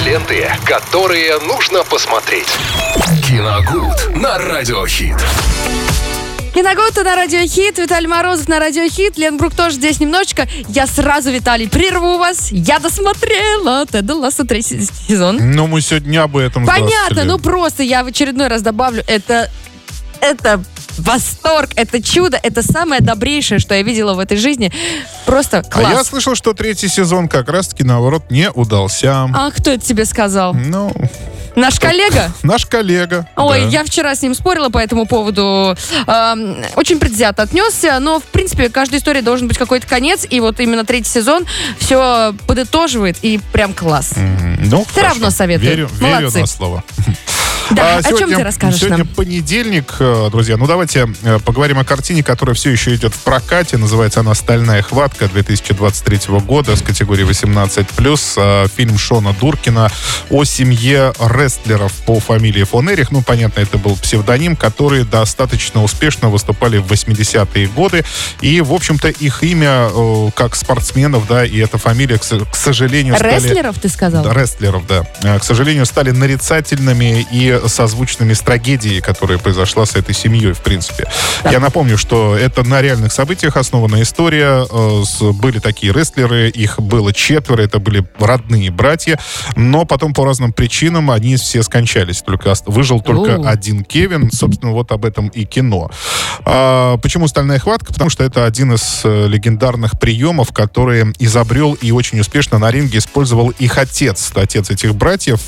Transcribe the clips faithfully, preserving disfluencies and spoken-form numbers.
ленты, которые нужно посмотреть. Киногуд на Радиохит. Киногуд на Радиохит, Виталий Морозов на Радиохит, Лен Брук тоже здесь немножечко. Я сразу, Виталий, прерву вас. Я досмотрела Теда Лассо третий сезон. Ну, мы сегодня не об этом. Понятно, ну просто я в очередной раз добавлю. Это, это восторг, это чудо, это самое добрейшее, что я видела в этой жизни. Просто класс. А я слышал, что третий сезон как раз-таки, наоборот, не удался. А кто это тебе сказал? Ну... Наш коллега? Наш коллега. Ой, да. Я вчера с ним спорила по этому поводу. Эм, очень предвзято отнесся, но, в принципе, каждой истории должен быть какой-то конец, и вот именно третий сезон все подытоживает, и прям класс. Mm-hmm. Ну, Все равно советую. Верю, Молодцы. верю на слово. Да, а о сегодня, чем ты расскажешь Сегодня нам? понедельник, друзья. Ну, давайте поговорим о картине, которая все еще идет в прокате. Называется она «Стальная хватка» две тысячи двадцать третьего года с категории восемнадцать плюс. Фильм Шона Дуркина о семье рестлеров по фамилии фон Эрих. Ну, понятно, это был псевдоним, которые достаточно успешно выступали в восьмидесятые годы. И, в общем-то, их имя, как спортсменов, да, и эта фамилия, к сожалению, стали... Рестлеров, ты сказал? Да, рестлеров, да. К сожалению, стали нарицательными и созвучными с трагедией, которая произошла с этой семьей, в принципе. Да. Я напомню, что это на реальных событиях основана история. Были такие рестлеры, их было четверо, это были родные братья, но потом по разным причинам они все скончались. Только выжил только О. один Кевин. Собственно, вот об этом и кино. А, почему «Стальная хватка»? Потому что это один из легендарных приемов, которые изобрел и очень успешно на ринге использовал их отец. Отец этих братьев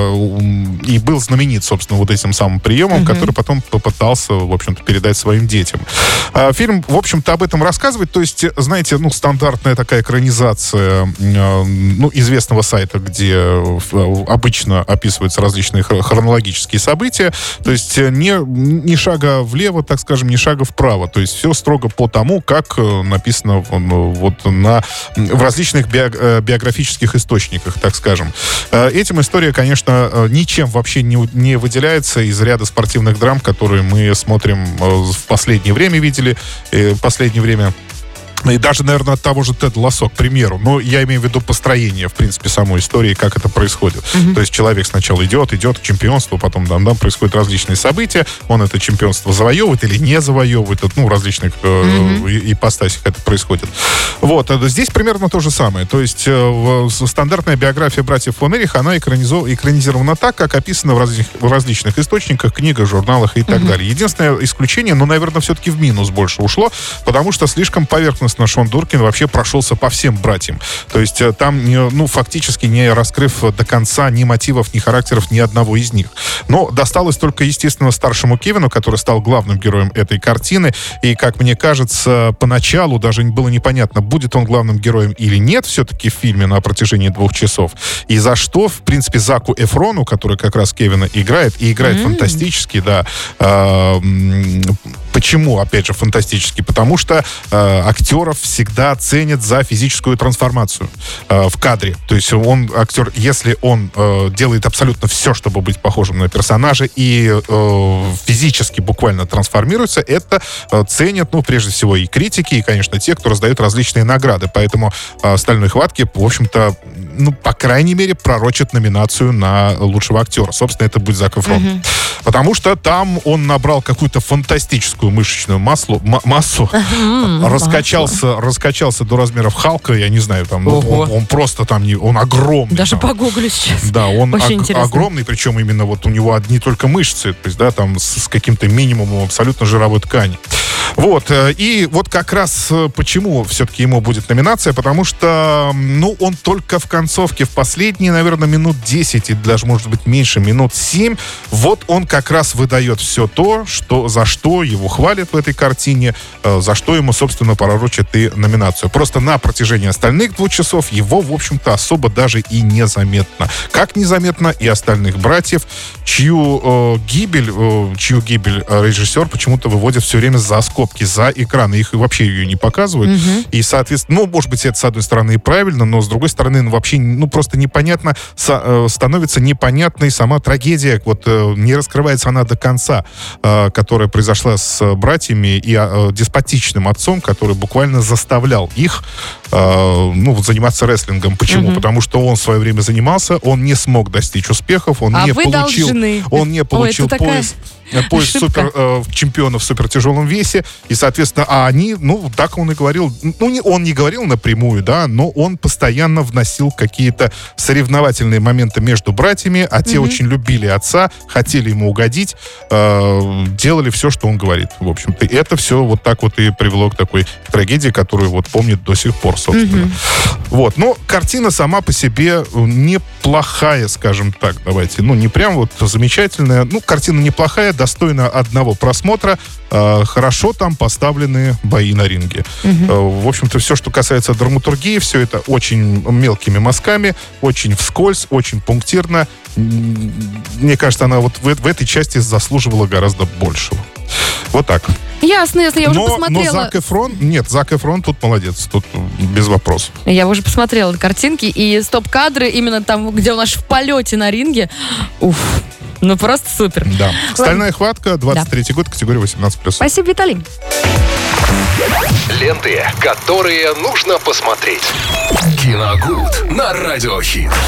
и был знаменит, собственно, вот этим самым приемом, uh-huh. который потом попытался, в общем-то, передать своим детям. А, фильм, в общем-то, об этом рассказывает. То есть, знаете, ну, стандартная такая экранизация, э, ну, известного сайта, где э, обычно описываются различные хронологические события. То есть, не, ни шага влево, так скажем, ни шага вправо. То есть, все строго по тому, как написано вот на, в различных био, биографических источниках, так скажем. Этим история, конечно, ничем вообще не, не выделяется из ряда спортивных драм, которые мы смотрим в последнее время, видели, в последнее время. И даже, наверное, от того же Теда Лассо, к примеру. Но я имею в виду построение, в принципе, самой истории, как это происходит. Mm-hmm. То есть человек сначала идет, идет к чемпионству, потом там, там происходят различные события, он это чемпионство завоевывает или не завоевывает, ну, в различных mm-hmm. э, ипостасях это происходит. Вот, здесь примерно то же самое. То есть э, стандартная биография братьев фон Эрих, она экранизо- экранизирована так, как описано в, различ- в различных источниках, книгах, журналах и так mm-hmm. далее. Единственное исключение, ну, наверное, все-таки в минус больше ушло, потому что слишком поверхностно Шон Дуркин вообще прошелся по всем братьям. То есть там, ну, фактически не раскрыв до конца ни мотивов, ни характеров ни одного из них. Но досталось только, естественно, старшему Кевину, который стал главным героем этой картины. И, как мне кажется, поначалу даже было непонятно, будет он главным героем или нет все-таки в фильме на протяжении двух часов. И за что, в принципе, Заку Эфрону, который как раз Кевина играет, и играет mm-hmm. фантастически, да. Почему, опять же, фантастически? Потому что э, актеров всегда ценят за физическую трансформацию э, в кадре. То есть он, актер, если он э, делает абсолютно все, чтобы быть похожим на персонажа, и э, физически буквально трансформируется, это э, ценят, ну, прежде всего, и критики, и, конечно, те, кто раздают различные награды. Поэтому э, «Стальной хватке», в общем-то, ну, по крайней мере, пророчат номинацию на лучшего актера. Собственно, это будет Зак Эфрон. Mm-hmm. Потому что там он набрал какую-то фантастическую мышечную маслу, м- массу, mm-hmm. раскачался, раскачался до размеров Халка, я не знаю, там, ну, он, он просто там, не, он огромный. Даже там. погуглю сейчас. Да, он Очень ог- огромный, причем именно вот у него одни только мышцы, то есть, да, там с, с каким-то минимумом абсолютно жировой ткани. Вот, и вот как раз почему все-таки ему будет номинация, потому что, ну, он только в концовке, в последние, наверное, минут десять, и даже, может быть, меньше, минут семь, вот он как раз выдает все то, что, за что его хвалят в этой картине, за что ему, собственно, пророчат и номинацию. Просто на протяжении остальных двух часов его, в общем-то, особо даже и незаметно. Как незаметно и остальных братьев, чью э, гибель, э, чью гибель режиссер почему-то выводит все время за скобки, за экран. Их вообще ее не показывают. Mm-hmm. И, соответственно, ну, может быть, это, с одной стороны, и правильно, но, с другой стороны, ну, вообще, ну, просто непонятно, со, э, становится непонятной сама трагедия. Вот э, не раскрывается она до конца, э, которая произошла с братьями и э, деспотичным отцом, который буквально заставлял их э, ну, заниматься рестлингом. Почему? Мгм. Потому что он в свое время занимался, он не смог достичь успехов, он А не вы получил, должны. он не Ой, получил это такая пояс. Пояс ошибка. супер, э, чемпиона в супертяжелом весе, и, соответственно, а они, ну, так он и говорил, ну, не, он не говорил напрямую, да, но он постоянно вносил какие-то соревновательные моменты между братьями, а те очень любили отца, хотели ему угодить, э, делали все, что он говорит, в общем-то. И это все вот так вот и привело к такой трагедии, которую вот помнит до сих пор, собственно. Вот, но картина сама по себе неплохая, скажем так, давайте, ну, не прям вот замечательная, ну, картина неплохая, достойна одного просмотра, э, хорошо там поставлены бои на ринге. Э, в общем-то, все, что касается драматургии, все это очень мелкими мазками, очень вскользь, очень пунктирно. М, Мне кажется, она вот в, в этой части заслуживала гораздо большего. Вот так. Ясно, ясно, я уже но, но посмотрела. Зак Эфрон, нет, Зак Эфрон тут молодец, тут без вопросов. Я уже посмотрела картинки и стоп-кадры именно там, где он аж в полете на ринге. Уф, ну просто супер. Да. Стальная хватка, двадцать третий год, категория восемнадцать плюс. Спасибо, Виталий. Ленты, которые нужно посмотреть. Киногуд на Радиохит.